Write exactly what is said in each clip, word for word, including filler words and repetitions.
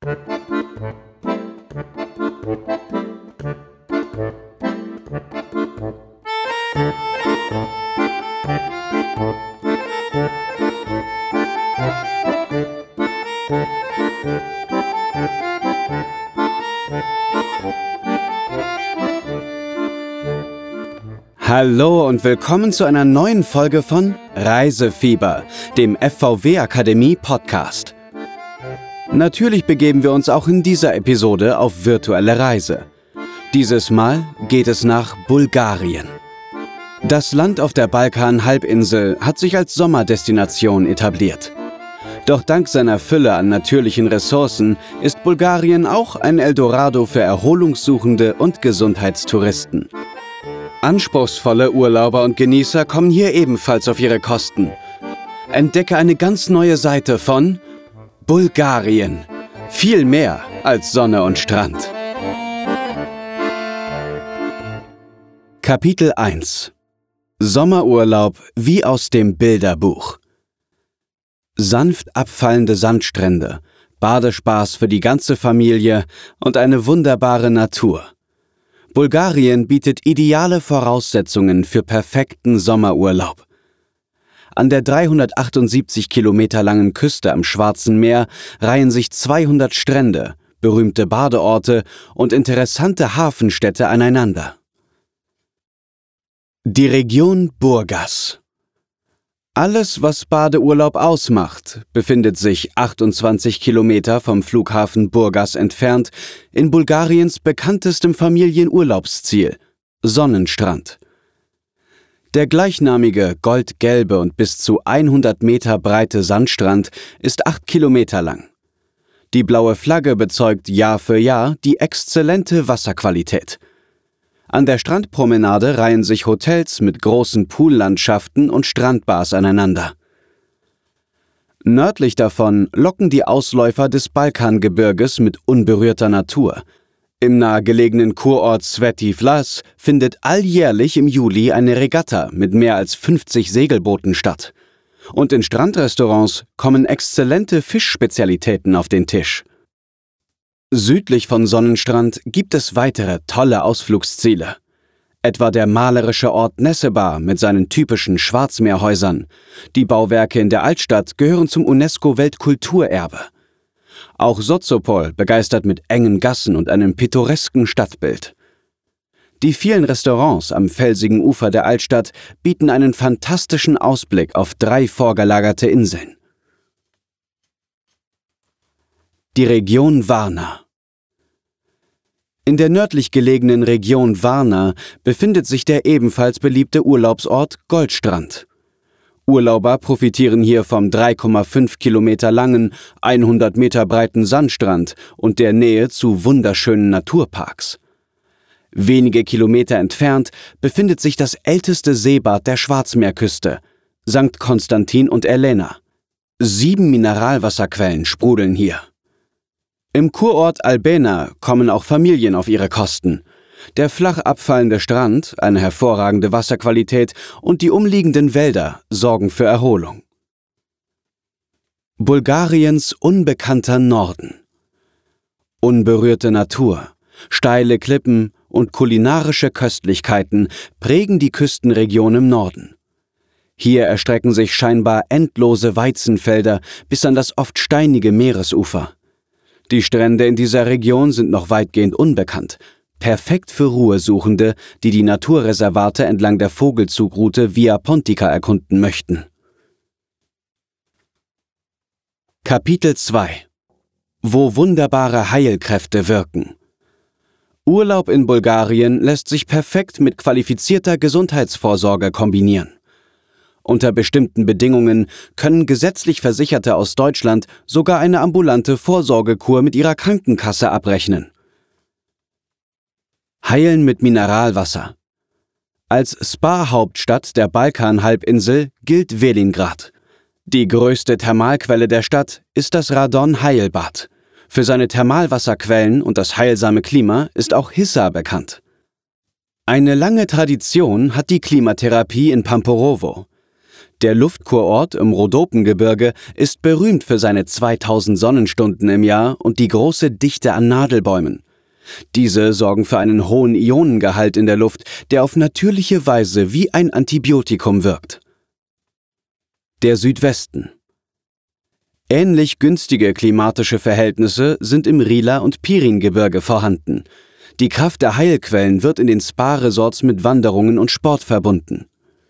Hallo und willkommen zu einer neuen Folge von Reisefieber, dem F V W Akademie Podcast. Natürlich begeben wir uns auch in dieser Episode auf virtuelle Reise. Dieses Mal geht es nach Bulgarien. Das Land auf der Balkan-Halbinsel hat sich als Sommerdestination etabliert. Doch dank seiner Fülle an natürlichen Ressourcen ist Bulgarien auch ein Eldorado für Erholungssuchende und Gesundheitstouristen. Anspruchsvolle Urlauber und Genießer kommen hier ebenfalls auf ihre Kosten. Entdecke eine ganz neue Seite von Bulgarien. Viel mehr als Sonne und Strand. Kapitel eins. Sommerurlaub wie aus dem Bilderbuch. Sanft abfallende Sandstrände, Badespaß für die ganze Familie und eine wunderbare Natur. Bulgarien bietet ideale Voraussetzungen für perfekten Sommerurlaub. An der dreihundertachtundsiebzig Kilometer langen Küste am Schwarzen Meer reihen sich zweihundert Strände, berühmte Badeorte und interessante Hafenstädte aneinander. Die Region Burgas. Alles, was Badeurlaub ausmacht, befindet sich achtundzwanzig Kilometer vom Flughafen Burgas entfernt in Bulgariens bekanntestem Familienurlaubsziel, Sonnenstrand. Der gleichnamige goldgelbe und bis zu hundert Meter breite Sandstrand ist acht Kilometer lang. Die blaue Flagge bezeugt Jahr für Jahr die exzellente Wasserqualität. An der Strandpromenade reihen sich Hotels mit großen Poollandschaften und Strandbars aneinander. Nördlich davon locken die Ausläufer des Balkangebirges mit unberührter Natur. Im nahegelegenen Kurort Sveti Vlas findet alljährlich im Juli eine Regatta mit mehr als fünfzig Segelbooten statt. Und in Strandrestaurants kommen exzellente Fischspezialitäten auf den Tisch. Südlich von Sonnenstrand gibt es weitere tolle Ausflugsziele. Etwa der malerische Ort Nessebar mit seinen typischen Schwarzmeerhäusern. Die Bauwerke in der Altstadt gehören zum UNESCO-Weltkulturerbe. Auch Sozopol begeistert mit engen Gassen und einem pittoresken Stadtbild. Die vielen Restaurants am felsigen Ufer der Altstadt bieten einen fantastischen Ausblick auf drei vorgelagerte Inseln. Die Region Varna. In der nördlich gelegenen Region Varna befindet sich der ebenfalls beliebte Urlaubsort Goldstrand. Urlauber profitieren hier vom drei Komma fünf Kilometer langen, hundert Meter breiten Sandstrand und der Nähe zu wunderschönen Naturparks. Wenige Kilometer entfernt befindet sich das älteste Seebad der Schwarzmeerküste, Sankt Konstantin und Elena. Sieben Mineralwasserquellen sprudeln hier. Im Kurort Albena kommen auch Familien auf ihre Kosten. Der flach abfallende Strand, eine hervorragende Wasserqualität und die umliegenden Wälder sorgen für Erholung. Bulgariens unbekannter Norden. Unberührte Natur, steile Klippen und kulinarische Köstlichkeiten prägen die Küstenregion im Norden. Hier erstrecken sich scheinbar endlose Weizenfelder bis an das oft steinige Meeresufer. Die Strände in dieser Region sind noch weitgehend unbekannt, perfekt für Ruhesuchende, die die Naturreservate entlang der Vogelzugroute Via Pontica erkunden möchten. Kapitel zwei. Wo wunderbare Heilkräfte wirken. Urlaub in Bulgarien lässt sich perfekt mit qualifizierter Gesundheitsvorsorge kombinieren. Unter bestimmten Bedingungen können gesetzlich Versicherte aus Deutschland sogar eine ambulante Vorsorgekur mit ihrer Krankenkasse abrechnen. Heilen mit Mineralwasser. Als Spa-Hauptstadt der Balkan-Halbinsel gilt Velingrad. Die größte Thermalquelle der Stadt ist das Radon-Heilbad. Für seine Thermalwasserquellen und das heilsame Klima ist auch Hisar bekannt. Eine lange Tradition hat die Klimatherapie in Pamporovo. Der Luftkurort im Rhodopengebirge ist berühmt für seine zweitausend Sonnenstunden im Jahr und die große Dichte an Nadelbäumen. Diese sorgen für einen hohen Ionengehalt in der Luft, der auf natürliche Weise wie ein Antibiotikum wirkt. Der Südwesten. Ähnlich günstige klimatische Verhältnisse sind im Rila- und Piringebirge vorhanden. Die Kraft der Heilquellen wird in den Spa-Resorts mit Wanderungen und Sport verbunden.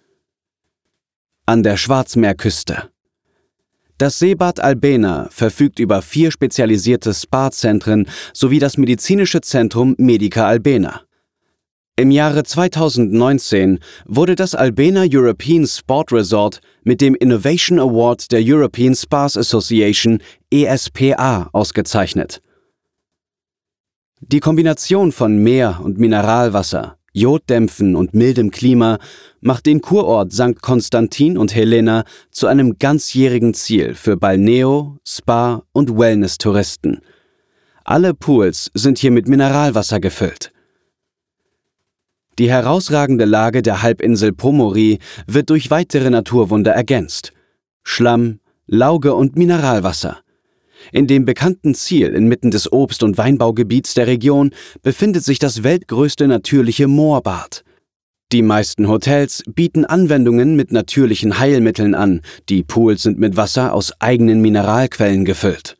An der Schwarzmeerküste. Das Seebad Albena verfügt über vier spezialisierte Spa-Zentren sowie das medizinische Zentrum Medica Albena. Im Jahre zweitausendneunzehn wurde das Albena European Sport Resort mit dem Innovation Award der European Spas Association E S P A ausgezeichnet. Die Kombination von Meer- und Mineralwasser, Joddämpfen und mildem Klima macht den Kurort Sankt Konstantin und Helena zu einem ganzjährigen Ziel für Balneo-, Spa- und Wellness-Touristen. Alle Pools sind hier mit Mineralwasser gefüllt. Die herausragende Lage der Halbinsel Pomorie wird durch weitere Naturwunder ergänzt: Schlamm, Lauge und Mineralwasser. In dem bekannten Ziel inmitten des Obst- und Weinbaugebiets der Region befindet sich das weltgrößte natürliche Moorbad. Die meisten Hotels bieten Anwendungen mit natürlichen Heilmitteln an, die Pools sind mit Wasser aus eigenen Mineralquellen gefüllt.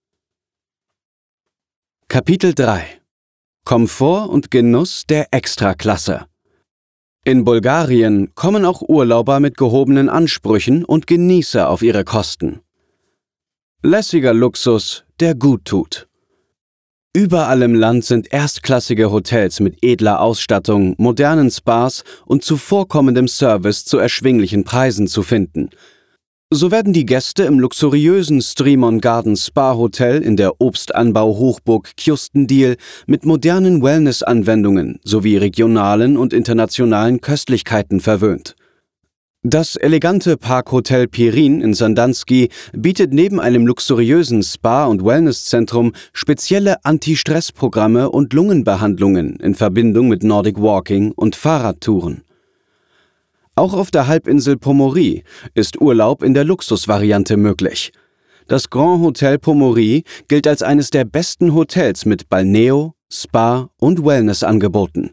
Kapitel drei. Komfort und Genuss der Extraklasse. In Bulgarien kommen auch Urlauber mit gehobenen Ansprüchen und Genießer auf ihre Kosten. Lässiger Luxus, der gut tut. Überall im Land sind erstklassige Hotels mit edler Ausstattung, modernen Spas und zuvorkommendem Service zu erschwinglichen Preisen zu finden. So werden die Gäste im luxuriösen Strimon Garden Spa Hotel in der Obstanbau-Hochburg Kjustendil mit modernen Wellness-Anwendungen sowie regionalen und internationalen Köstlichkeiten verwöhnt. Das elegante Parkhotel Pirin in Sandanski bietet neben einem luxuriösen Spa- und Wellnesszentrum spezielle Anti-Stress-Programme und Lungenbehandlungen in Verbindung mit Nordic Walking und Fahrradtouren. Auch auf der Halbinsel Pomorie ist Urlaub in der Luxusvariante möglich. Das Grand Hotel Pomorie gilt als eines der besten Hotels mit Balneo-, Spa- und Wellnessangeboten.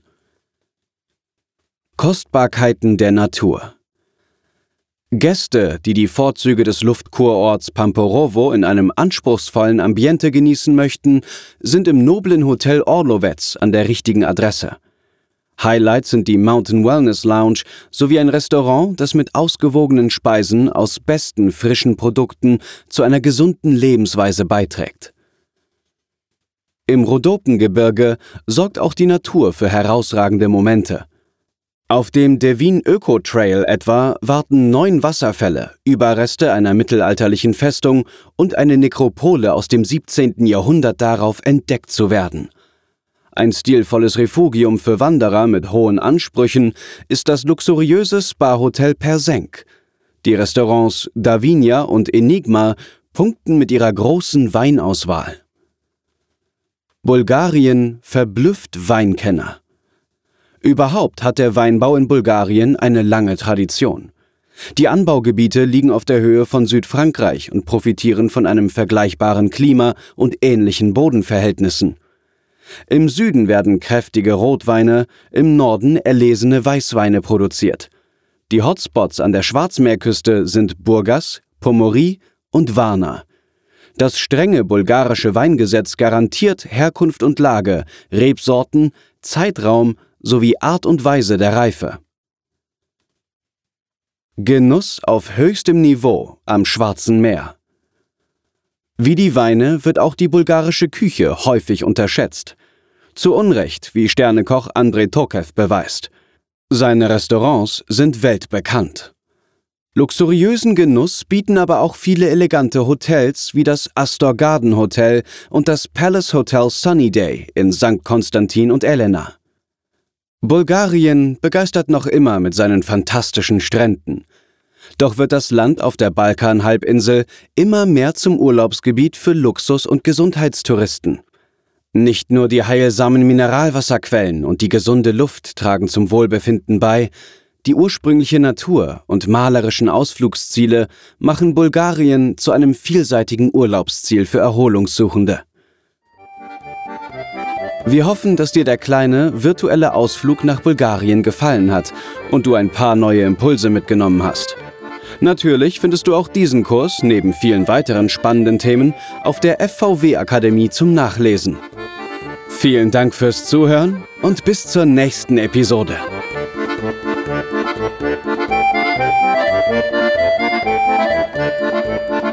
Kostbarkeiten der Natur. Gäste, die die Vorzüge des Luftkurorts Pamporovo in einem anspruchsvollen Ambiente genießen möchten, sind im noblen Hotel Orlovec an der richtigen Adresse. Highlights sind die Mountain Wellness Lounge sowie ein Restaurant, das mit ausgewogenen Speisen aus besten frischen Produkten zu einer gesunden Lebensweise beiträgt. Im Rhodopengebirge sorgt auch die Natur für herausragende Momente. Auf dem Devin Öko Trail etwa warten neun Wasserfälle, Überreste einer mittelalterlichen Festung und eine Nekropole aus dem siebzehnten Jahrhundert darauf, entdeckt zu werden. Ein stilvolles Refugium für Wanderer mit hohen Ansprüchen ist das luxuriöse Spa-Hotel Persenk. Die Restaurants Davinia und Enigma punkten mit ihrer großen Weinauswahl. Bulgarien verblüfft Weinkenner. Überhaupt hat der Weinbau in Bulgarien eine lange Tradition. Die Anbaugebiete liegen auf der Höhe von Südfrankreich und profitieren von einem vergleichbaren Klima und ähnlichen Bodenverhältnissen. Im Süden werden kräftige Rotweine, im Norden erlesene Weißweine produziert. Die Hotspots an der Schwarzmeerküste sind Burgas, Pomorie und Varna. Das strenge bulgarische Weingesetz garantiert Herkunft und Lage, Rebsorten, Zeitraum sowie Art und Weise der Reife. Genuss auf höchstem Niveau am Schwarzen Meer. Wie die Weine wird auch die bulgarische Küche häufig unterschätzt. Zu Unrecht, wie Sternekoch Andrei Tokarev beweist. Seine Restaurants sind weltbekannt. Luxuriösen Genuss bieten aber auch viele elegante Hotels wie das Astor Garden Hotel und das Palace Hotel Sunnyday in Sankt Konstantin und Elena. Bulgarien begeistert noch immer mit seinen fantastischen Stränden. Doch wird das Land auf der Balkanhalbinsel immer mehr zum Urlaubsgebiet für Luxus- und Gesundheitstouristen. Nicht nur die heilsamen Mineralwasserquellen und die gesunde Luft tragen zum Wohlbefinden bei, Die ursprüngliche Natur und malerischen Ausflugsziele machen Bulgarien zu einem vielseitigen Urlaubsziel für Erholungssuchende. Wir hoffen, dass dir der kleine, virtuelle Ausflug nach Bulgarien gefallen hat und du ein paar neue Impulse mitgenommen hast. Natürlich findest du auch diesen Kurs, neben vielen weiteren spannenden Themen, auf der F V W-Akademie zum Nachlesen. Vielen Dank fürs Zuhören und bis zur nächsten Episode. Thank you.